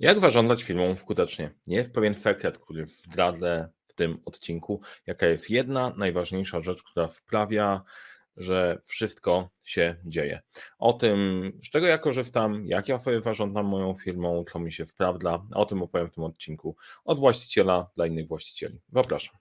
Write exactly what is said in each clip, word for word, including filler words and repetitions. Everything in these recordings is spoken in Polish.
Jak zarządzać firmą skutecznie? Jest pewien sekret, który zdradzę w tym odcinku, jaka jest jedna najważniejsza rzecz, która sprawia, że wszystko się dzieje. O tym, z czego ja korzystam, jak ja sobie zarządzam moją firmą, co mi się sprawdza, o tym opowiem w tym odcinku od właściciela dla innych właścicieli. Zapraszam.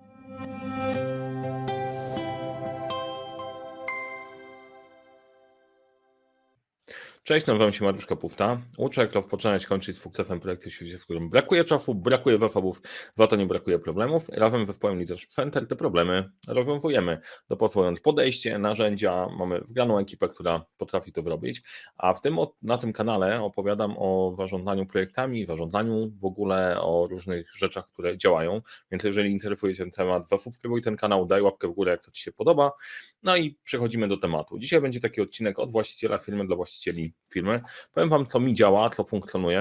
Cześć, nazywam się Mariusz Kapufta. Uczę, jak rozpoczynać, kończyć z sukcesem projekty w świecie, w którym brakuje czasu, brakuje zasobów, za to nie brakuje problemów. Razem z zespołem Leadership Center te problemy rozwiązujemy, dopasowując podejście, narzędzia. Mamy wgraną ekipę, która potrafi to zrobić, a w tym, na tym kanale opowiadam o zarządzaniu projektami, zarządzaniu w ogóle, o różnych rzeczach, które działają, więc jeżeli interesuje Cię ten temat, zasubskrybuj ten kanał, daj łapkę w górę, jak to Ci się podoba. No i przechodzimy do tematu. Dzisiaj będzie taki odcinek od właściciela firmy dla właścicieli firmy. Powiem Wam, co mi działa, co funkcjonuje,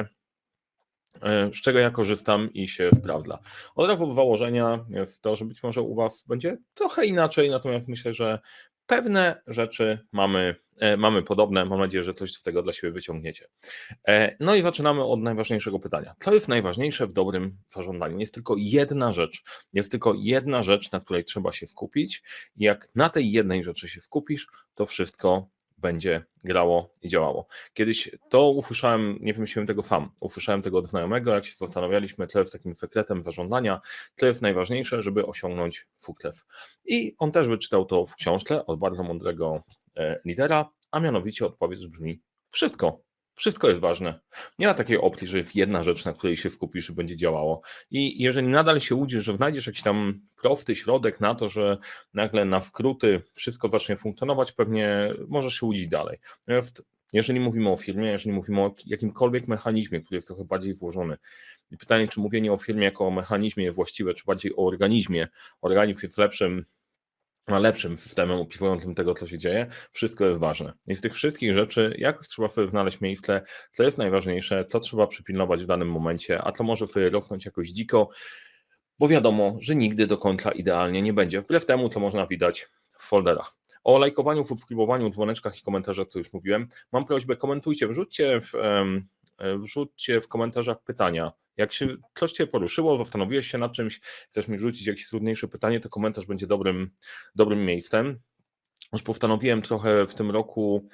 z czego ja korzystam i się sprawdza. Od razu z założenia jest to, że być może u Was będzie trochę inaczej, natomiast myślę, że pewne rzeczy mamy, mamy podobne. Mam nadzieję, że coś z tego dla siebie wyciągniecie. No i zaczynamy od najważniejszego pytania. Co jest najważniejsze w dobrym zarządzaniu? Jest tylko jedna rzecz. Jest tylko jedna rzecz, na której trzeba się skupić. I jak na tej jednej rzeczy się skupisz, to wszystko będzie grało i działało. Kiedyś to usłyszałem, nie wymyśliłem tego sam, usłyszałem tego od znajomego, jak się zastanawialiśmy, co jest takim sekretem zarządzania, co jest najważniejsze, żeby osiągnąć sukces. I on też wyczytał to w książce od bardzo mądrego lidera, a mianowicie odpowiedź brzmi wszystko. Wszystko jest ważne. Nie ma takiej opcji, że jest jedna rzecz, na której się skupisz i będzie działało. I jeżeli nadal się łudzisz, że znajdziesz jakiś tam prosty środek na to, że nagle na skróty wszystko zacznie funkcjonować, pewnie możesz się łudzić dalej. Natomiast jeżeli mówimy o firmie, jeżeli mówimy o jakimkolwiek mechanizmie, który jest trochę bardziej złożony, i pytanie, czy mówienie o firmie jako o mechanizmie jest właściwe, czy bardziej o organizmie, organizm jest lepszym, ma lepszym systemem opisującym tego, co się dzieje, wszystko jest ważne. I z tych wszystkich rzeczy, jak trzeba sobie znaleźć miejsce, co jest najważniejsze, co trzeba przypilnować w danym momencie, a co może sobie rosnąć jakoś dziko, bo wiadomo, że nigdy do końca idealnie nie będzie, wbrew temu, co można widać w folderach. O lajkowaniu, subskrybowaniu, dzwoneczkach i komentarzach, to już mówiłem. Mam prośbę, komentujcie, wrzućcie w, wrzućcie w komentarzach pytania. Jak się coś Cię poruszyło, zastanowiłeś się nad czymś, chcesz mi wrzucić jakieś trudniejsze pytanie, to komentarz będzie dobrym, dobrym miejscem. Już postanowiłem trochę w tym roku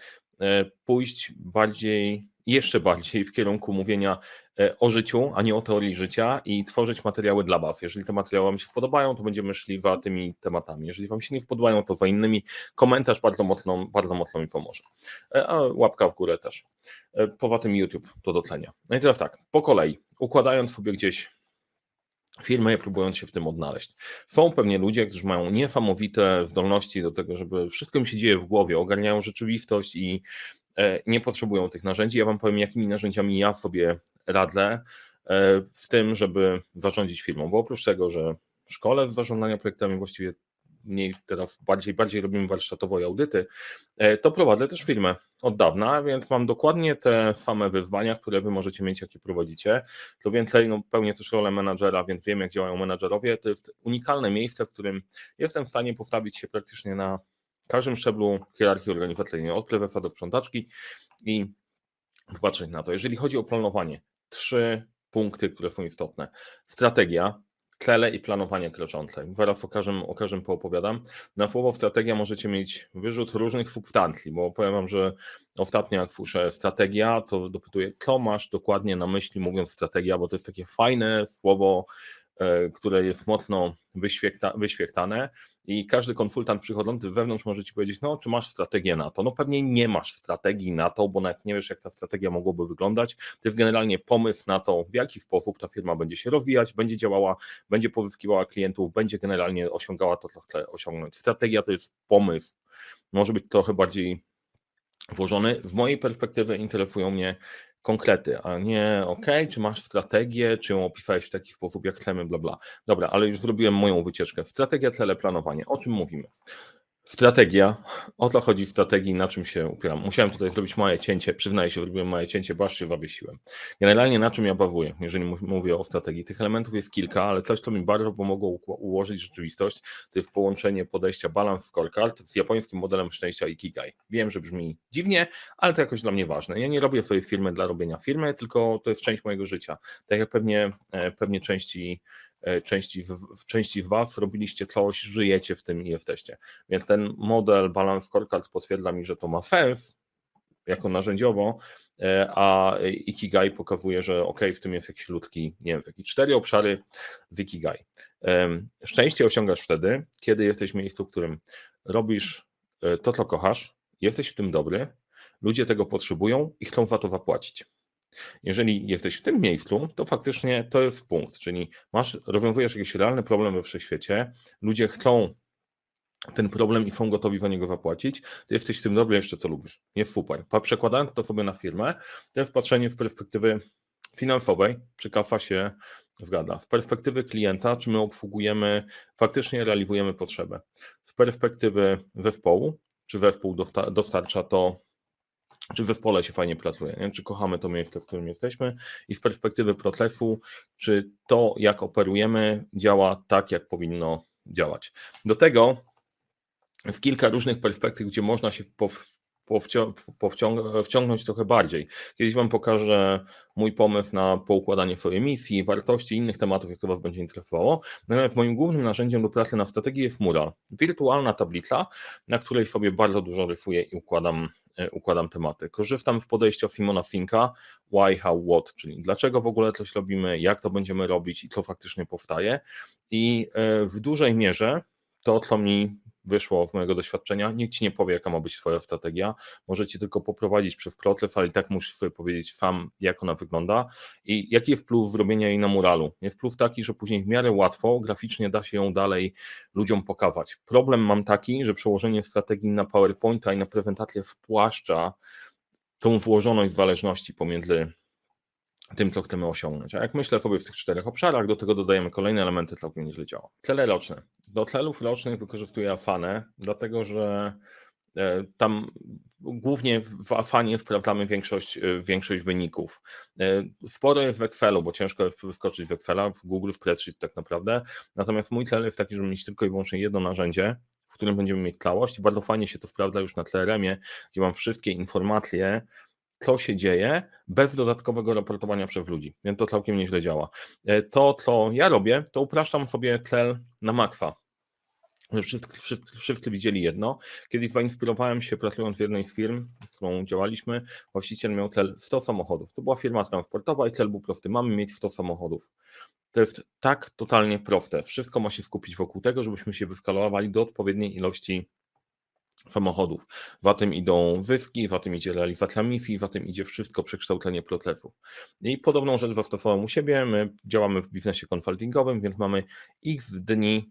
pójść bardziej, jeszcze bardziej w kierunku mówienia o życiu, a nie o teorii życia i tworzyć materiały dla Was. Jeżeli te materiały Wam się spodobają, to będziemy szli za tymi tematami. Jeżeli Wam się nie spodobają, to za innymi. Komentarz bardzo mocno, bardzo mocno mi pomoże. A łapka w górę też. Poza tym YouTube to docenia. No i teraz tak, po kolei, układając sobie gdzieś firmy, próbując się w tym odnaleźć. Są pewnie ludzie, którzy mają niesamowite zdolności do tego, żeby wszystko im się dzieje w głowie, ogarniają rzeczywistość i nie potrzebują tych narzędzi. Ja Wam powiem, jakimi narzędziami ja sobie radzę w tym, żeby zarządzić firmą, bo oprócz tego, że w szkole z zarządzania projektami właściwie mniej teraz bardziej, bardziej robimy warsztatowo i audyty, to prowadzę też firmę od dawna, więc mam dokładnie te same wyzwania, które Wy możecie mieć, jakie prowadzicie. To więcej, no, pełnię też rolę menadżera, więc wiem, jak działają menadżerowie. To jest unikalne miejsce, w którym jestem w stanie postawić się praktycznie na każdym szczeblu hierarchii organizacyjnej, od prezesa do sprzątaczki i popatrzeć na to. Jeżeli chodzi o planowanie, trzy punkty, które są istotne. Strategia, cele i planowanie kroczące. Zaraz o każdym, o każdym poopowiadam. Na słowo strategia możecie mieć wyrzut różnych substancji, bo powiem Wam, że ostatnio jak słyszę strategia, to dopytuję, co masz dokładnie na myśli mówiąc strategia, bo to jest takie fajne słowo, które jest mocno wyświechta, wyświechtane i każdy konsultant przychodzący z wewnątrz może Ci powiedzieć, no czy masz strategię na to? No pewnie nie masz strategii na to, bo nawet nie wiesz, jak ta strategia mogłaby wyglądać. To jest generalnie pomysł na to, w jaki sposób ta firma będzie się rozwijać, będzie działała, będzie pozyskiwała klientów, będzie generalnie osiągała to, co chce osiągnąć. Strategia to jest pomysł, może być trochę bardziej włożony. Z mojej perspektywy interesują mnie konkrety, a nie ok, czy masz strategię, czy ją opisałeś w taki sposób, jak chcemy, bla bla. Dobra, ale już zrobiłem moją wycieczkę. Strategia, cele, planowanie. O czym mówimy? Strategia. O to chodzi w strategii, na czym się upieram. Musiałem tutaj zrobić małe cięcie, przyznaję się, zrobiłem małe cięcie, bo aż się zawiesiłem. Generalnie na czym ja bawuję, jeżeli mówię o strategii. Tych elementów jest kilka, ale coś, co mi bardzo pomogło ułożyć rzeczywistość, to jest połączenie podejścia Balance Scorecard z japońskim modelem szczęścia Ikigai. Wiem, że brzmi dziwnie, ale to jakoś dla mnie ważne. Ja nie robię swojej firmy dla robienia firmy, tylko to jest część mojego życia. Tak jak pewnie, pewnie części Części, w, części z Was robiliście coś, żyjecie w tym i jesteście. Więc ten model Balance Scorecard potwierdza mi, że to ma sens jako narzędziowo, a Ikigai pokazuje, że ok, w tym jest jakiś ludzki język. I cztery obszary w Ikigai. Szczęście osiągasz wtedy, kiedy jesteś w miejscu, w którym robisz to, co kochasz, jesteś w tym dobry, ludzie tego potrzebują i chcą za to zapłacić. Jeżeli jesteś w tym miejscu, to faktycznie to jest punkt, czyli masz, rozwiązujesz jakiś realny problem we wszechświecie, ludzie chcą ten problem i są gotowi za niego zapłacić, ty jesteś w tym dobry, jeszcze to lubisz. Jest super. Przekładając to sobie na firmę, to jest patrzenie w perspektywy finansowej, czy kasa się zgadza. Z perspektywy klienta, czy my obsługujemy, faktycznie realizujemy potrzebę. Z perspektywy zespołu, czy zespół dostarcza to, czy w zespole się fajnie pracuje, nie? Czy kochamy to miejsce, w którym jesteśmy i z perspektywy procesu, czy to, jak operujemy, działa tak, jak powinno działać. Do tego w kilka różnych perspektyw, gdzie można się powciągnąć trochę bardziej. Kiedyś Wam pokażę mój pomysł na poukładanie swojej misji, wartości i innych tematów, jak to Was będzie interesowało. Natomiast moim głównym narzędziem do pracy na strategii jest Mural. Wirtualna tablica, na której sobie bardzo dużo rysuję i układam, układam tematy. Korzystam z podejścia Simona Sinka, why, how, what, czyli dlaczego w ogóle coś robimy, jak to będziemy robić i co faktycznie powstaje. I w dużej mierze to, co mi wyszło z mojego doświadczenia, nikt Ci nie powie, jaka ma być Twoja strategia, może Ci tylko poprowadzić przez proces, ale i tak musisz sobie powiedzieć sam, jak ona wygląda i jaki jest plus zrobienia jej na muralu. Jest plus taki, że później w miarę łatwo graficznie da się ją dalej ludziom pokazać. Problem mam taki, że przełożenie strategii na PowerPointa i na prezentację spłaszcza tą włożoność zależności pomiędzy tym, co chcemy osiągnąć. A jak myślę sobie w tych czterech obszarach, do tego dodajemy kolejne elementy, całkiem nieźle działa. Cele roczne. Do celów rocznych wykorzystuję Afanę, dlatego że tam głównie w Afanie sprawdzamy większość, większość wyników. Sporo jest w Excelu, bo ciężko jest wyskoczyć w Excela, w Google Spreadsheet tak naprawdę. Natomiast mój cel jest taki, żeby mieć tylko i wyłącznie jedno narzędzie, w którym będziemy mieć całość i bardzo fajnie się to sprawdza już na C R M-ie, gdzie mam wszystkie informacje, co się dzieje, bez dodatkowego raportowania przez ludzi, więc to całkiem nieźle działa. To, co ja robię, to upraszczam sobie cel na maksa. Wszyscy, wszyscy, wszyscy widzieli jedno. Kiedyś zainspirowałem się, pracując w jednej z firm, z którą działaliśmy, właściciel miał cel sto samochodów. To była firma transportowa i cel był prosty, mamy mieć sto samochodów. To jest tak totalnie proste. Wszystko ma się skupić wokół tego, żebyśmy się wyskalowali do odpowiedniej ilości samochodów. Za tym idą zyski, za tym idzie realizacja misji, za tym idzie wszystko przekształcenie procesów. I podobną rzecz zastosowałem u siebie. My działamy w biznesie konsultingowym, więc mamy x dni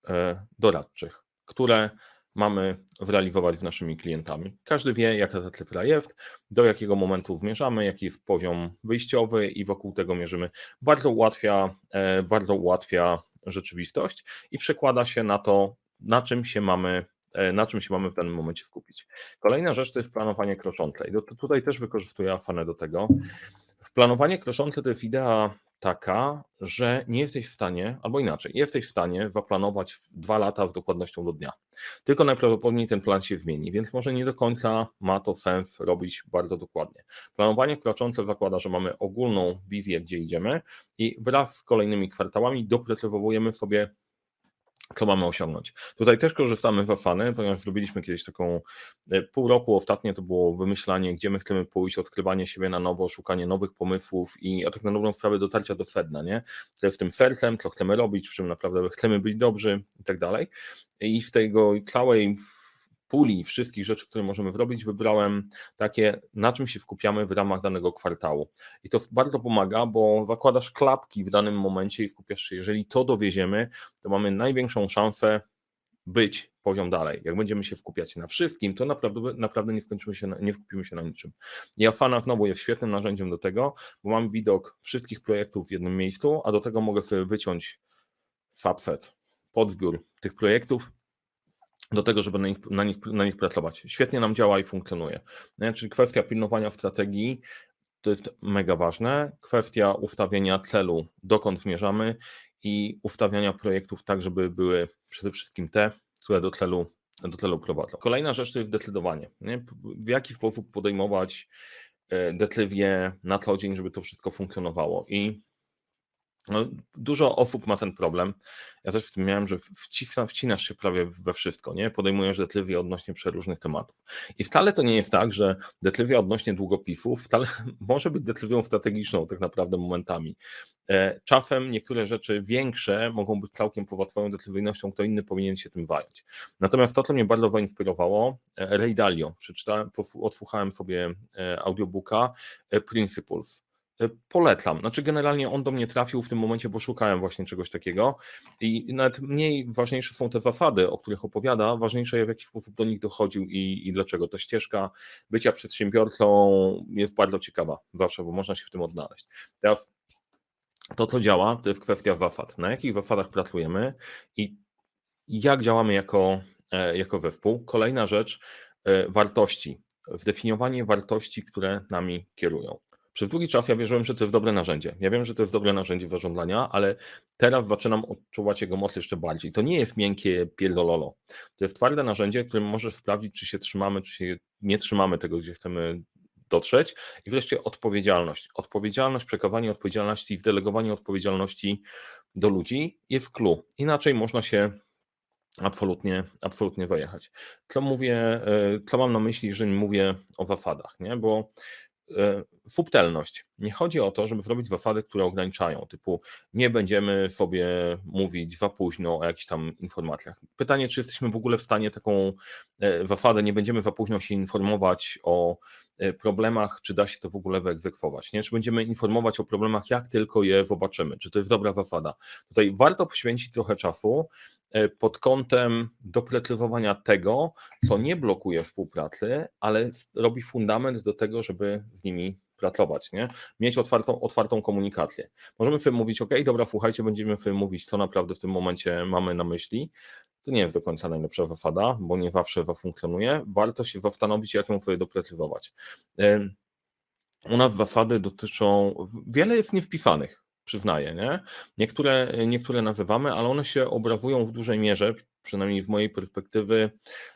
doradczych, które mamy zrealizować z naszymi klientami. Każdy wie, jaka ta cyfra jest, do jakiego momentu zmierzamy, jaki jest poziom wyjściowy i wokół tego mierzymy. Bardzo ułatwia, bardzo ułatwia rzeczywistość i przekłada się na to, na czym się mamy na czym się mamy w danym momencie skupić. Kolejna rzecz to jest planowanie kroczące i do, tutaj też wykorzystuję Afanę do tego. W planowanie kroczące to jest idea taka, że nie jesteś w stanie, albo inaczej, jesteś w stanie zaplanować dwa lata z dokładnością do dnia. Tylko najprawdopodobniej ten plan się zmieni, więc może nie do końca ma to sens robić bardzo dokładnie. Planowanie kroczące zakłada, że mamy ogólną wizję, gdzie idziemy i wraz z kolejnymi kwartałami doprecyzowujemy sobie, co mamy osiągnąć. Tutaj też korzystamy z Afany, ponieważ zrobiliśmy kiedyś taką pół roku, ostatnie to było wymyślanie, gdzie my chcemy pójść, odkrywanie siebie na nowo, szukanie nowych pomysłów i a tak na dobrą sprawę dotarcia do sedna, nie? To jest tym sercem, co chcemy robić, w czym naprawdę chcemy być dobrzy i tak dalej. I w tego całej puli wszystkich rzeczy, które możemy zrobić, wybrałem takie, na czym się skupiamy w ramach danego kwartału. I to bardzo pomaga, bo zakładasz klapki w danym momencie i skupiasz się. Jeżeli to dowieziemy, to mamy największą szansę być poziom dalej. Jak będziemy się skupiać na wszystkim, to naprawdę, naprawdę nie, skończymy się na, nie skupimy się na niczym. I Afana znowu jest świetnym narzędziem do tego, bo mam widok wszystkich projektów w jednym miejscu, a do tego mogę sobie wyciąć subset, podzbiór tych projektów do tego, żeby na nich, na nich, na nich pracować. Świetnie nam działa i funkcjonuje. Nie? Czyli kwestia pilnowania strategii to jest mega ważne. Kwestia ustawienia celu, dokąd zmierzamy i ustawiania projektów tak, żeby były przede wszystkim te, które do celu, do celu prowadzą. Kolejna rzecz to jest decydowanie. Nie? W jaki sposób podejmować decyzje na co dzień, żeby to wszystko funkcjonowało. I no, dużo osób ma ten problem. Ja też w tym miałem, że wcina, wcinasz się prawie we wszystko, nie? Podejmujesz decyzje odnośnie przeróżnych tematów. I wcale to nie jest tak, że decyzja odnośnie długopisów wcale może być decyzją strategiczną tak naprawdę momentami. Czasem niektóre rzeczy większe mogą być całkiem poza twoją decyzyjnością, kto inny powinien się tym zająć. Natomiast to, co mnie bardzo zainspirowało, Ray Dalio. Przeczytałem, odsłuchałem sobie audiobooka Principles. Polecam. Znaczy generalnie on do mnie trafił w tym momencie, bo szukałem właśnie czegoś takiego i nawet mniej ważniejsze są te zasady, o których opowiada, ważniejsze jest w jaki sposób do nich dochodził i, i dlaczego. Ta ścieżka bycia przedsiębiorcą jest bardzo ciekawa zawsze, bo można się w tym odnaleźć. Teraz to, co działa, to jest kwestia zasad. Na jakich zasadach pracujemy i jak działamy jako, jako zespół. Kolejna rzecz, wartości. Zdefiniowanie wartości, które nami kierują. Przez długi czas ja wierzyłem, że to jest dobre narzędzie. Ja wiem, że to jest dobre narzędzie zarządzania, ale teraz zaczynam odczuwać jego moc jeszcze bardziej. To nie jest miękkie pierdololo. To jest twarde narzędzie, którym możesz sprawdzić, czy się trzymamy, czy się nie trzymamy tego, gdzie chcemy dotrzeć. I wreszcie odpowiedzialność. Odpowiedzialność, przekazywanie odpowiedzialności i wdelegowanie odpowiedzialności do ludzi jest clue. Inaczej można się absolutnie, absolutnie wyjechać. Co mówię, co mam na myśli, jeżeli mówię o zasadach, nie? Bo subtelność. Nie chodzi o to, żeby zrobić zasady, które ograniczają, typu nie będziemy sobie mówić za późno o jakichś tam informacjach. Pytanie, czy jesteśmy w ogóle w stanie taką zasadę, nie będziemy za późno się informować o problemach, czy da się to w ogóle wyegzekwować, nie? Czy będziemy informować o problemach, jak tylko je zobaczymy, czy to jest dobra zasada. Tutaj warto poświęcić trochę czasu pod kątem doprecyzowania tego, co nie blokuje współpracy, ale robi fundament do tego, żeby z nimi pracować, nie? Mieć otwartą, otwartą komunikację. Możemy sobie mówić, ok, dobra, słuchajcie, będziemy sobie mówić, co naprawdę w tym momencie mamy na myśli. To nie jest do końca najlepsza zasada, bo nie zawsze zafunkcjonuje. Warto się zastanowić, jak ją sobie doprecyzować. U nas zasady dotyczą, wiele jest niewpisanych, przyznaję, nie? Niektóre, niektóre nazywamy, ale one się obrazują w dużej mierze, przynajmniej z mojej perspektywy,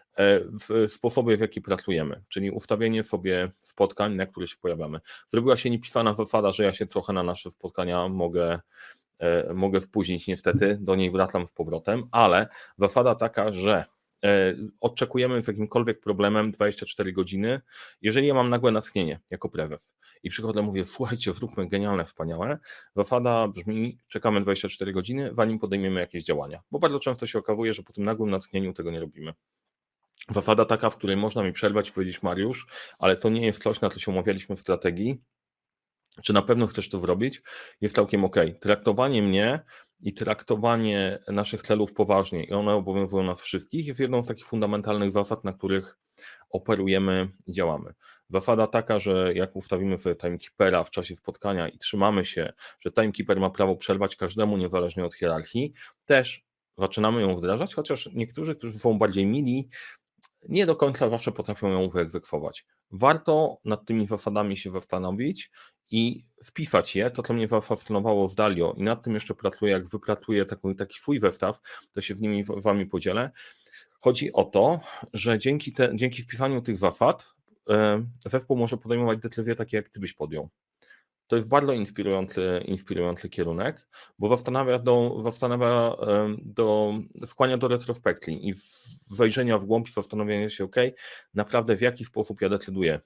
w sposobie, w jaki pracujemy, czyli ustawienie sobie spotkań, na które się pojawiamy. Zrobiła się niepisana zasada, że ja się trochę na nasze spotkania mogę, mogę spóźnić niestety, do niej wracam z powrotem, ale zasada taka, że oczekujemy z jakimkolwiek problemem dwadzieścia cztery godziny, jeżeli ja mam nagłe natchnienie jako prezes i przychodzę, mówię, słuchajcie, zróbmy genialne, wspaniałe, zasada brzmi, czekamy dwadzieścia cztery godziny, zanim podejmiemy jakieś działania, bo bardzo często się okazuje, że po tym nagłym natchnieniu tego nie robimy. Zasada taka, w której można mi przerwać i powiedzieć, Mariusz, ale to nie jest coś, na co się umawialiśmy w strategii, czy na pewno chcesz to zrobić, jest całkiem ok. Traktowanie mnie i traktowanie naszych celów poważnie i one obowiązują nas wszystkich jest jedną z takich fundamentalnych zasad, na których operujemy i działamy. Zasada taka, że jak ustawimy sobie timekeepera w czasie spotkania i trzymamy się, że timekeeper ma prawo przerwać każdemu niezależnie od hierarchii, też zaczynamy ją wdrażać, chociaż niektórzy, którzy są bardziej mili, nie do końca zawsze potrafią ją wyegzekwować. Warto nad tymi zasadami się zastanowić i wpisać je, to co mnie zafascynowało w Dalio i nad tym jeszcze pracuję, jak wypracuję taki, taki swój zestaw, to się z nimi wami podzielę. Chodzi o to, że dzięki, te, dzięki wpisaniu tych zasad zespół może podejmować decyzje takie, jak ty byś podjął. To jest bardzo inspirujący, inspirujący kierunek, bo zastanawia do, zastanawia do, skłania do retrospekcji i wejrzenia w głąb i zastanowienia się, ok, naprawdę w jaki sposób ja decyduję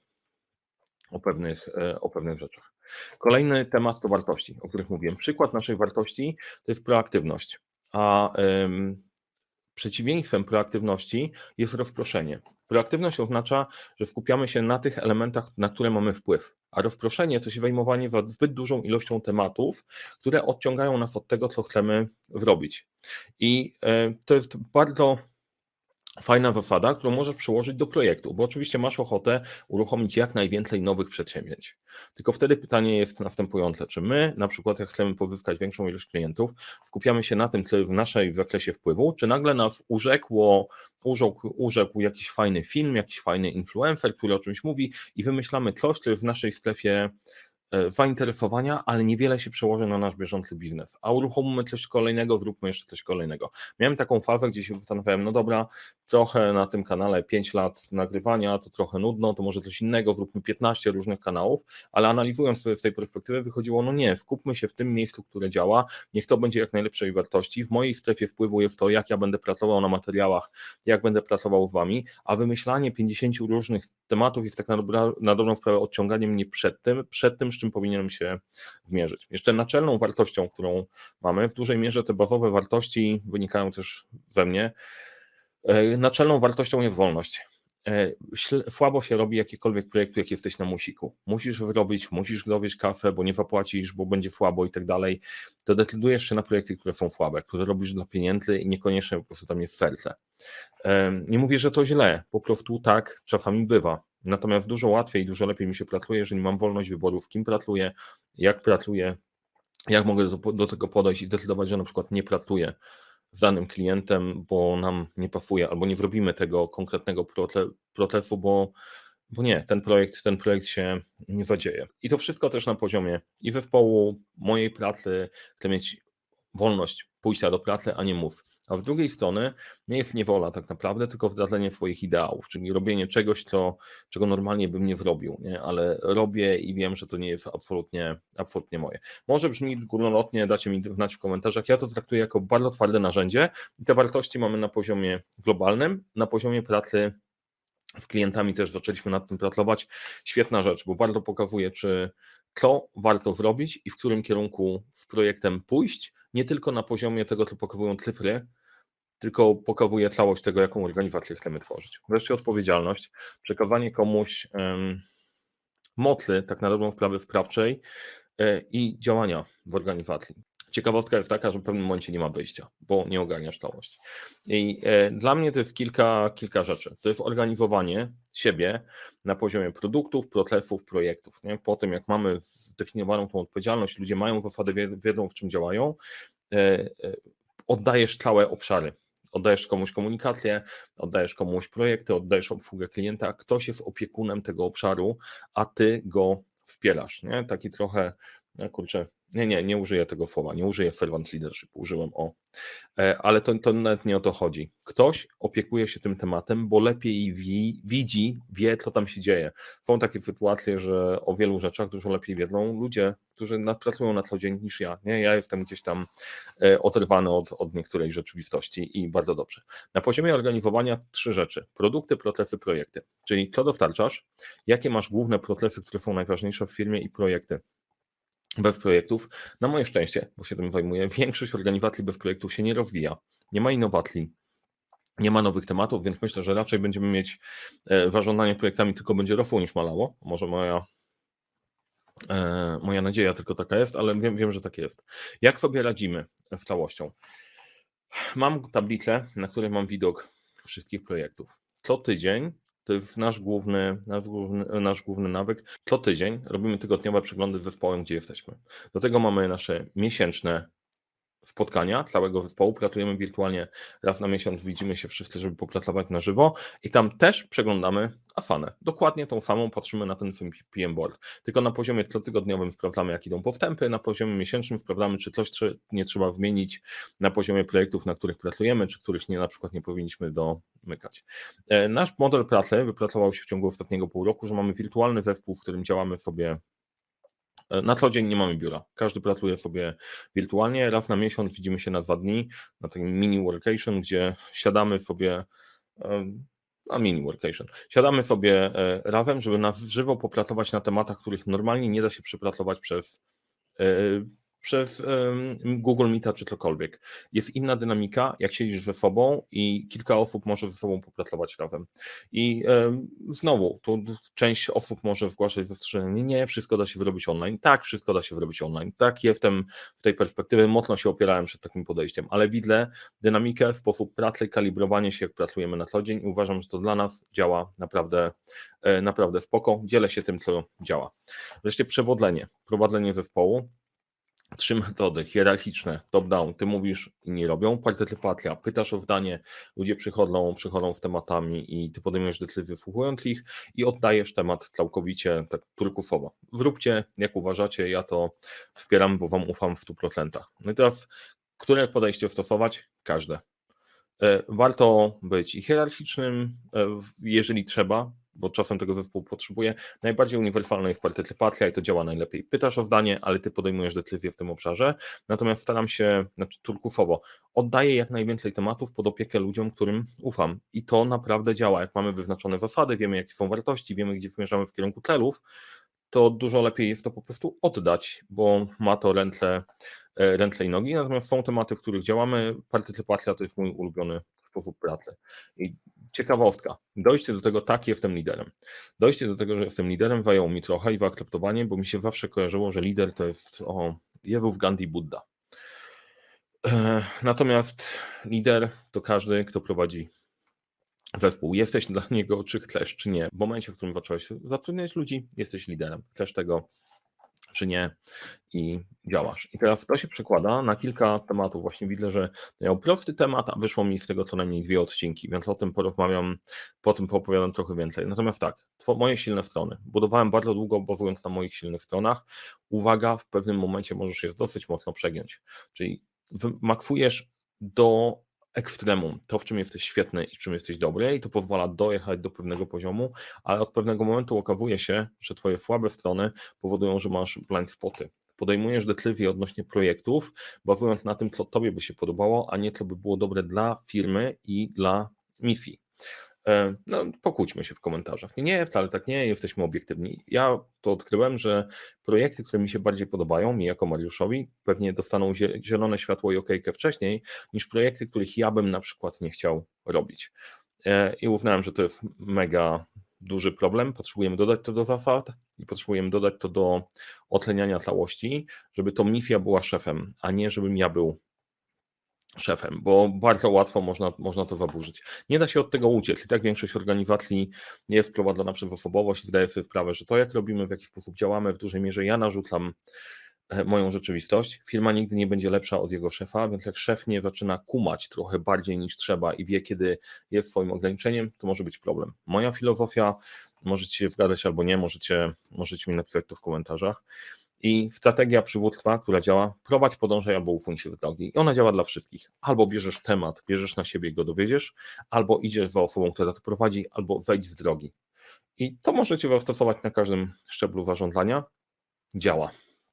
o pewnych, o pewnych rzeczach. Kolejny temat to wartości, o których mówiłem. Przykład naszej wartości to jest proaktywność, a um, przeciwieństwem proaktywności jest rozproszenie. Proaktywność oznacza, że skupiamy się na tych elementach, na które mamy wpływ, a rozproszenie to się zajmowanie zbyt dużą ilością tematów, które odciągają nas od tego, co chcemy zrobić. I to jest bardzo Fajna zasada, którą możesz przełożyć do projektu, bo oczywiście masz ochotę uruchomić jak najwięcej nowych przedsięwzięć. Tylko wtedy pytanie jest następujące, czy my na przykład jak chcemy pozyskać większą ilość klientów, skupiamy się na tym, co w naszej zakresie wpływu, czy nagle nas urzekło, urzekł, urzekł jakiś fajny film, jakiś fajny influencer, który o czymś mówi i wymyślamy coś, co jest w naszej strefie zainteresowania, ale niewiele się przełoży na nasz bieżący biznes. A uruchomimy coś kolejnego, zróbmy jeszcze coś kolejnego. Miałem taką fazę, gdzie się zastanawiałem, no dobra, trochę na tym kanale pięć lat nagrywania, to trochę nudno, to może coś innego, zróbmy piętnaście różnych kanałów, ale analizując sobie z tej perspektywy wychodziło, no nie, skupmy się w tym miejscu, które działa, niech to będzie jak najlepszej wartości. W mojej strefie wpływu jest to, jak ja będę pracował na materiałach, jak będę pracował z wami, a wymyślanie pięćdziesięciu różnych tematów jest tak na, dobra, na dobrą sprawę odciąganiem mnie przed tym, przed tym, z czym powinienem się zmierzyć. Jeszcze naczelną wartością, którą mamy, w dużej mierze te bazowe wartości wynikają też we mnie. Naczelną wartością jest wolność. Słabo się robi jakiekolwiek projektu, jak jesteś na musiku. Musisz zrobić, musisz robić kafę, bo nie zapłacisz, bo będzie słabo i tak dalej. To decydujesz się na projekty, które są słabe, które robisz dla pieniędzy i niekoniecznie po prostu tam jest serce. Nie mówię, że to źle, po prostu tak czasami bywa. Natomiast dużo łatwiej, dużo lepiej mi się pracuje, jeżeli mam wolność wyboru, z kim pracuję, jak pracuję, jak mogę do, do tego podejść i zdecydować, że na przykład nie pracuję z danym klientem, bo nam nie pasuje, albo nie zrobimy tego konkretnego procesu, bo, bo nie, ten projekt, ten projekt się nie zadzieje. I to wszystko też na poziomie i zespołu, mojej pracy, chcę mieć wolność pójścia do pracy, a nie mów. A z drugiej strony nie jest niewola tak naprawdę, tylko wdrażanie swoich ideałów, czyli robienie czegoś, co, czego normalnie bym nie zrobił, nie? Ale robię i wiem, że to nie jest absolutnie, absolutnie moje. Może brzmi górnolotnie, dacie mi znać w komentarzach, ja to traktuję jako bardzo twarde narzędzie i te wartości mamy na poziomie globalnym, na poziomie pracy z klientami też zaczęliśmy nad tym pracować. Świetna rzecz, bo bardzo pokazuje, czy co warto zrobić i w którym kierunku z projektem pójść, nie tylko na poziomie tego, co pokazują cyfry, tylko pokazuje całość tego, jaką organizację chcemy tworzyć. Wreszcie odpowiedzialność, przekazanie komuś um, mocy, tak na dobrą sprawę sprawczej e, i działania w organizacji. Ciekawostka jest taka, że w pewnym momencie nie ma wyjścia, bo nie ogarniasz całości. I e, dla mnie to jest kilka, kilka rzeczy. To jest organizowanie siebie na poziomie produktów, procesów, projektów. Nie? Po tym, jak mamy zdefiniowaną tą odpowiedzialność, ludzie mają zasady, wiedzą, w czym działają, e, e, oddajesz całe obszary. Oddajesz komuś komunikację, oddajesz komuś projekty, oddajesz obsługę klienta, ktoś jest opiekunem tego obszaru, a ty go wspierasz. Nie? Taki trochę, no kurczę, nie, nie, nie użyję tego słowa, nie użyję servant leadership, użyłem o, ale to, to nawet nie o to chodzi. Ktoś opiekuje się tym tematem, bo lepiej wi, widzi, wie, co tam się dzieje. Są takie sytuacje, że o wielu rzeczach dużo lepiej wiedzą ludzie, którzy pracują na co dzień niż ja. Nie? Ja jestem gdzieś tam oderwany od, od niektórej rzeczywistości i bardzo dobrze. Na poziomie organizowania trzy rzeczy. Produkty, procesy, projekty. Czyli co dostarczasz, jakie masz główne procesy, które są najważniejsze w firmie i projekty. Bez projektów, na moje szczęście, bo się tym zajmuję, większość organizacji bez projektów się nie rozwija, nie ma innowacji, nie ma nowych tematów, więc myślę, że raczej będziemy mieć zarządzanie projektami tylko będzie rosło niż malało. Może moja, moja nadzieja tylko taka jest, ale wiem, wiem, że tak jest. Jak sobie radzimy z całością? Mam tablicę, na której mam widok wszystkich projektów. Co tydzień, to jest nasz główny, nasz główny, nasz główny nawyk, co tydzień robimy tygodniowe przeglądy z zespołem, gdzie jesteśmy. Do tego mamy nasze miesięczne spotkania całego zespołu, pracujemy wirtualnie raz na miesiąc, widzimy się wszyscy, żeby popracować na żywo i tam też przeglądamy Asanę. Dokładnie tą samą patrzymy na ten P M board, tylko na poziomie cotygodniowym sprawdzamy, jak idą postępy, na poziomie miesięcznym sprawdzamy, czy coś nie trzeba zmienić na poziomie projektów, na których pracujemy, czy których nie, na przykład nie powinniśmy domykać. Nasz model pracy wypracował się w ciągu ostatniego pół roku, że mamy wirtualny zespół, w którym działamy sobie. Na co dzień nie mamy biura. Każdy pracuje sobie wirtualnie. Raz na miesiąc widzimy się na dwa dni na takim mini workation, gdzie siadamy sobie na mini workation. Siadamy sobie razem, żeby na żywo popracować na tematach, których normalnie nie da się przepracować przez przez um, Google Meeta czy cokolwiek. Jest inna dynamika, jak siedzisz ze sobą i kilka osób może ze sobą popracować razem. I um, znowu, tu część osób może zgłaszać zastrzeżenie, nie, nie, wszystko da się zrobić online. Tak, wszystko da się zrobić online. Tak, jestem w tej perspektywie, mocno się opierałem przed takim podejściem, ale widzę dynamikę, sposób pracy, kalibrowanie się, jak pracujemy na co dzień i uważam, że to dla nas działa naprawdę, naprawdę spoko. Dzielę się tym, co działa. Wreszcie przewodzenie, prowadzenie zespołu. Trzy metody hierarchiczne, top-down, ty mówisz, inni robią, partycypacja, pytasz o zdanie, ludzie przychodzą, przychodzą z tematami i ty podejmujesz decyzję słuchając ich i oddajesz temat całkowicie tak turkusowo. Zróbcie, jak uważacie, ja to wspieram, bo wam ufam w stu procentach. No i teraz, które podejście stosować? Każde. Warto być i hierarchicznym, jeżeli trzeba, bo czasem tego zespół potrzebuje. Najbardziej uniwersalna jest partycypacja i to działa najlepiej. Pytasz o zdanie, ale ty podejmujesz decyzję w tym obszarze. Natomiast staram się, znaczy turkusowo, oddaję jak najwięcej tematów pod opiekę ludziom, którym ufam. I to naprawdę działa. Jak mamy wyznaczone zasady, wiemy jakie są wartości, wiemy gdzie zmierzamy w kierunku celów, to dużo lepiej jest to po prostu oddać, bo ma to ręce, ręce i nogi. Natomiast są tematy, w których działamy. Partycypacja to jest mój ulubiony sposób pracy. I ciekawostka, dojście do tego, tak, jestem liderem. Dojście do tego, że jestem liderem, zajęło mi trochę i zaakceptowanie, bo mi się zawsze kojarzyło, że lider to jest o Jezus, Gandhi, Buddha. Natomiast lider to każdy, kto prowadzi zespół. Jesteś dla niego, czy chcesz, czy nie. W momencie, w którym zacząłeś zatrudniać ludzi, jesteś liderem. Chcesz tego, czy nie i działasz. I teraz to się przekłada na kilka tematów. Właśnie widzę, że miał prosty temat, a wyszło mi z tego co najmniej dwie odcinki, więc o tym porozmawiam, po tym poopowiadam trochę więcej. Natomiast tak, moje silne strony. Budowałem bardzo długo, bazując na moich silnych stronach. Uwaga, w pewnym momencie możesz je dosyć mocno przegiąć. Czyli maksujesz do ekstremum, to w czym jesteś świetny i w czym jesteś dobry i to pozwala dojechać do pewnego poziomu, ale od pewnego momentu okazuje się, że twoje słabe strony powodują, że masz blind spoty. Podejmujesz decyzje odnośnie projektów, bazując na tym, co tobie by się podobało, a nie co by było dobre dla firmy i dla misji. No, pokłóćmy się w komentarzach. Nie, wcale tak nie, jesteśmy obiektywni. Ja to odkryłem, że projekty, które mi się bardziej podobają, mi jako Mariuszowi, pewnie dostaną zielone światło i okejkę wcześniej, niż projekty, których ja bym na przykład nie chciał robić. I uznałem, że to jest mega duży problem. Potrzebujemy dodać to do zasad i potrzebujemy dodać to do oceniania całości, żeby to misja była szefem, a nie żebym ja był szefem, bo bardzo łatwo można, można to zaburzyć. Nie da się od tego uciec. I tak większość organizacji nie jest prowadzona przez osobowość. Zdaję sobie sprawę, że to jak robimy, w jaki sposób działamy, w dużej mierze ja narzucam moją rzeczywistość. Firma nigdy nie będzie lepsza od jego szefa, więc jak szef nie zaczyna kumać trochę bardziej niż trzeba i wie, kiedy jest swoim ograniczeniem, to może być problem. Moja filozofia, możecie się zgadzać albo nie, możecie, możecie mi napisać to w komentarzach. I strategia przywództwa, która działa, prowadź, podążaj albo usuń się z drogi. I ona działa dla wszystkich. Albo bierzesz temat, bierzesz na siebie i go dowiedziesz, albo idziesz za osobą, która to prowadzi, albo zejdź z drogi. I to możecie zastosować na każdym szczeblu zarządzania. Działa.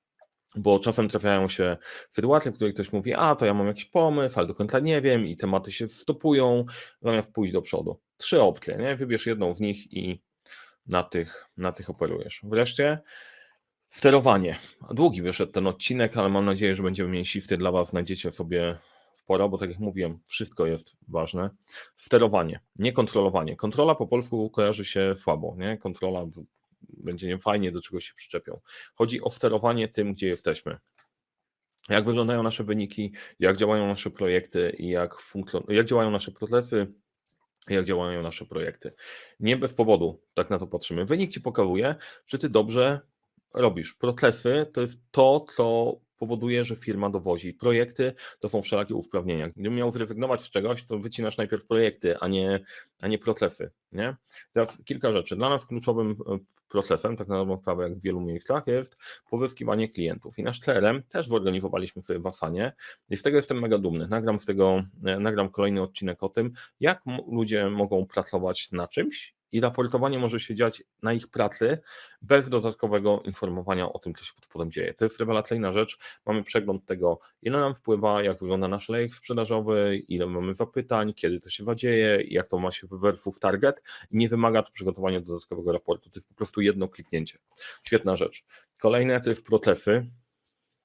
Bo czasem trafiają się sytuacje, w której ktoś mówi, a to ja mam jakiś pomysł, ale do końca nie wiem i tematy się stopują, zamiast pójść do przodu. Trzy opcje, nie? Wybierz jedną z nich i na tych, na tych operujesz. Wreszcie sterowanie. Długi wyszedł ten odcinek, ale mam nadzieję, że będziemy mieli shifty dla Was. Znajdziecie sobie sporo, bo tak jak mówiłem, wszystko jest ważne. Sterowanie, nie kontrolowanie. Kontrola po polsku kojarzy się słabo, nie? Kontrola będzie niefajnie, do czegoś się przyczepią. Chodzi o sterowanie tym, gdzie jesteśmy. Jak wyglądają nasze wyniki, jak działają nasze projekty i jak, funkcjon- jak działają nasze procesy, jak działają nasze projekty. Nie bez powodu tak na to patrzymy. Wynik Ci pokazuje, czy Ty dobrze robisz. Procesy to jest to, co powoduje, że firma dowozi. Projekty to są wszelakie usprawnienia. Gdybym miał zrezygnować z czegoś, to wycinasz najpierw projekty, a nie, a nie procesy. Nie? Teraz kilka rzeczy. Dla nas kluczowym procesem, tak na dobrą sprawę jak w wielu miejscach, jest pozyskiwanie klientów. I nasz C R M też zorganizowaliśmy sobie w Asanie i z tego jestem mega dumny. Nagram z tego, nagram kolejny odcinek o tym, jak ludzie mogą pracować na czymś i raportowanie może się dziać na ich pracy bez dodatkowego informowania o tym, co się pod spodem dzieje. To jest rewelacyjna rzecz. Mamy przegląd tego, ile nam wpływa, jak wygląda nasz lejek sprzedażowy, ile mamy zapytań, kiedy to się zadzieje, jak to ma się versus target i nie wymaga to przygotowania dodatkowego raportu. To jest po prostu jedno kliknięcie. Świetna rzecz. Kolejne to jest procesy.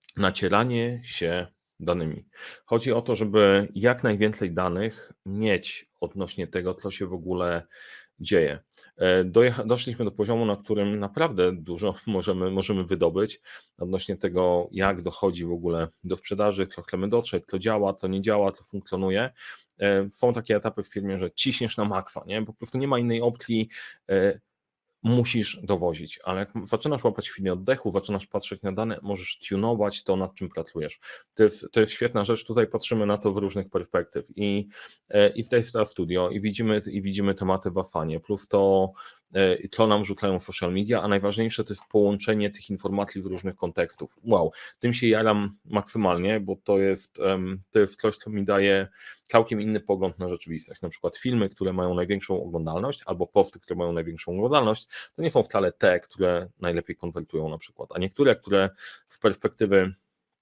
nacieranie się danymi. Chodzi o to, żeby jak najwięcej danych mieć odnośnie tego, co się w ogóle dzieje. E, dojecha- Doszliśmy do poziomu, na którym naprawdę dużo możemy, możemy wydobyć odnośnie tego, jak dochodzi w ogóle do sprzedaży, co chcemy dotrzeć, to działa, to nie działa, to funkcjonuje. E, Są takie etapy w firmie, że ciśniesz na makwa, nie? Po prostu nie ma innej opcji, e, musisz dowozić, ale jak zaczynasz łapać chwilę oddechu, zaczynasz patrzeć na dane, możesz tunować to, nad czym pracujesz. To jest, to jest świetna rzecz, tutaj patrzymy na to w różnych perspektyw i, e, i w Daystar Studio i widzimy, i widzimy tematy w Asanie, plus to, e, co nam rzucają social media, a najważniejsze to jest połączenie tych informacji w różnych kontekstów. Wow, tym się jaram maksymalnie, bo to jest, em, to jest coś, co mi daje całkiem inny pogląd na rzeczywistość. Na przykład filmy, które mają największą oglądalność, albo posty, które mają największą oglądalność, to nie są wcale te, które najlepiej konwertują na przykład, a niektóre, które z perspektywy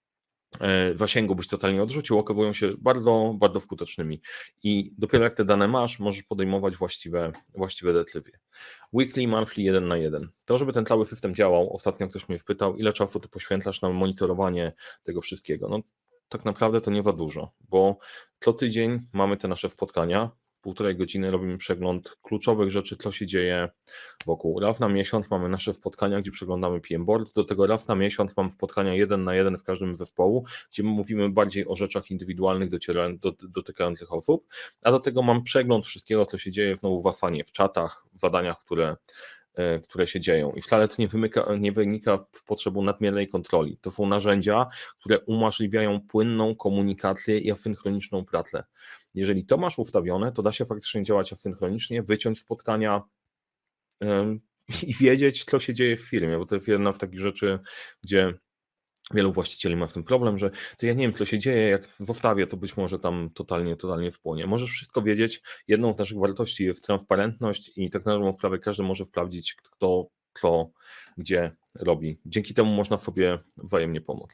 e, zasięgu byś totalnie odrzucił, okazują się bardzo, bardzo skutecznymi. I dopiero jak te dane masz, możesz podejmować właściwe, właściwe decyzje. Weekly, monthly, jeden na jeden. To, żeby ten cały system działał, ostatnio ktoś mnie wpytał, ile czasu ty poświęcasz na monitorowanie tego wszystkiego. No tak naprawdę to nie za dużo, bo co tydzień mamy te nasze spotkania, półtorej godziny robimy przegląd kluczowych rzeczy, co się dzieje wokół. Raz na miesiąc mamy nasze spotkania, gdzie przeglądamy P M Board, do tego raz na miesiąc mam spotkania jeden na jeden z każdym zespołu, gdzie mówimy bardziej o rzeczach indywidualnych dotykających osób, a do tego mam przegląd wszystkiego, co się dzieje znowu w Asanie, w czatach, w zadaniach, które które się dzieją. I wcale to nie, wymyka, nie wynika z potrzeby nadmiernej kontroli. To są narzędzia, które umożliwiają płynną komunikację i asynchroniczną pracę. Jeżeli to masz ustawione, to da się faktycznie działać asynchronicznie, wyciąć spotkania ym, i wiedzieć, co się dzieje w firmie, bo to jest jedna z takich rzeczy, gdzie wielu właścicieli ma w tym problem, że to ja nie wiem, co się dzieje, jak zostawię, to być może tam totalnie, totalnie wpłonie. Możesz wszystko wiedzieć. Jedną z naszych wartości jest transparentność i tak na dobrą sprawę każdy może sprawdzić, kto, co, gdzie robi. Dzięki temu można sobie wzajemnie pomóc.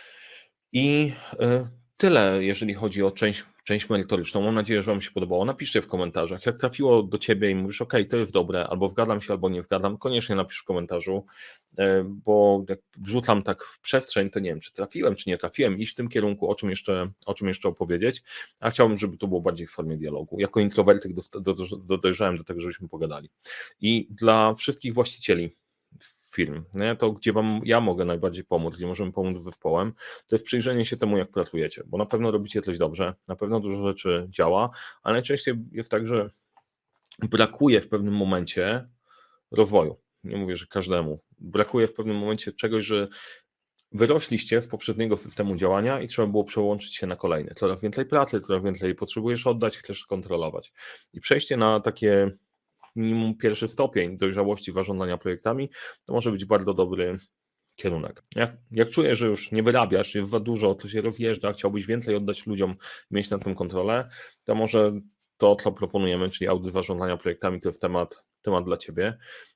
I y, tyle, jeżeli chodzi o część, część merytoryczną. Mam nadzieję, że Wam się podobało. Napiszcie w komentarzach. Jak trafiło do Ciebie i mówisz, OK, to jest dobre, albo zgadzam się, albo nie zgadzam, koniecznie napisz w komentarzu, y, bo jak wrzucam tak w przestrzeń, to nie wiem, czy trafiłem, czy nie trafiłem, iść w tym kierunku, o czym jeszcze, o czym jeszcze opowiedzieć, a chciałbym, żeby to było bardziej w formie dialogu. Jako introwertyk do, do, do, dojrzałem do tego, żebyśmy pogadali. I dla wszystkich właścicieli firm, nie? To gdzie wam ja mogę najbardziej pomóc, gdzie możemy pomóc zespołem, to jest przyjrzenie się temu, jak pracujecie, bo na pewno robicie coś dobrze, na pewno dużo rzeczy działa, ale najczęściej jest tak, że brakuje w pewnym momencie rozwoju. Nie mówię, że każdemu. Brakuje w pewnym momencie czegoś, że wyrośliście w poprzedniego systemu działania i trzeba było przełączyć się na kolejny. Coraz więcej pracy, coraz więcej potrzebujesz oddać, chcesz kontrolować. I przejście na takie minimum pierwszy stopień dojrzałości zarządzania projektami, to może być bardzo dobry kierunek. Jak, jak czujesz, że już nie wyrabiasz, jest za dużo, to się rozjeżdża, chciałbyś więcej oddać ludziom, mieć na tym kontrolę, to może to, co proponujemy, czyli audyt zarządzania projektami, to jest temat, temat dla Ciebie.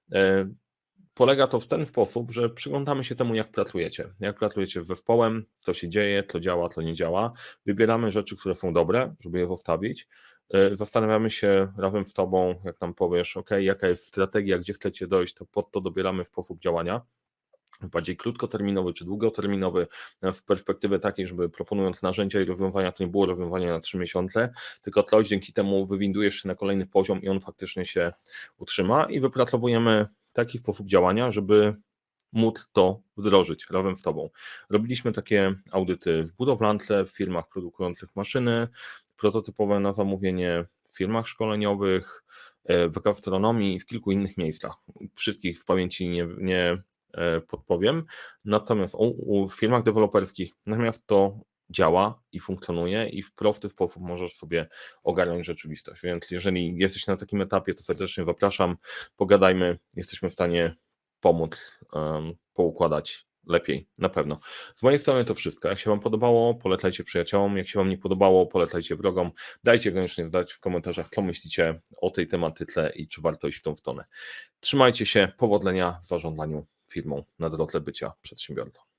Polega to w ten sposób, że przyglądamy się temu, jak pracujecie. Jak pracujecie z zespołem, co się dzieje, co działa, co nie działa. Wybieramy rzeczy, które są dobre, żeby je zostawić. Zastanawiamy się razem z Tobą, jak nam powiesz, OK, jaka jest strategia, gdzie chcecie dojść, to pod to dobieramy sposób działania. Bardziej krótkoterminowy czy długoterminowy, w perspektywie takiej, żeby proponując narzędzia i rozwiązania, to nie było rozwiązania na trzy miesiące, tylko coś, dzięki temu wywindujesz się na kolejny poziom i on faktycznie się utrzyma i wypracowujemy taki sposób działania, żeby móc to wdrożyć razem z Tobą. Robiliśmy takie audyty w budowlance, w firmach produkujących maszyny, prototypowe na zamówienie, w firmach szkoleniowych, w gastronomii i w kilku innych miejscach. Wszystkich w pamięci nie, nie podpowiem, natomiast u, u w firmach deweloperskich natomiast to działa i funkcjonuje i w prosty sposób możesz sobie ogarnąć rzeczywistość, więc jeżeli jesteś na takim etapie, to serdecznie zapraszam, pogadajmy, jesteśmy w stanie pomóc um, poukładać lepiej, na pewno. Z mojej strony to wszystko. Jak się Wam podobało, polecajcie przyjaciołom, jak się Wam nie podobało, polecajcie wrogom, dajcie koniecznie znać w komentarzach, co myślicie o tej tematyce i czy warto iść w tą stronę. Trzymajcie się, powodzenia w zarządzaniu firmą na drodze bycia przedsiębiorcą.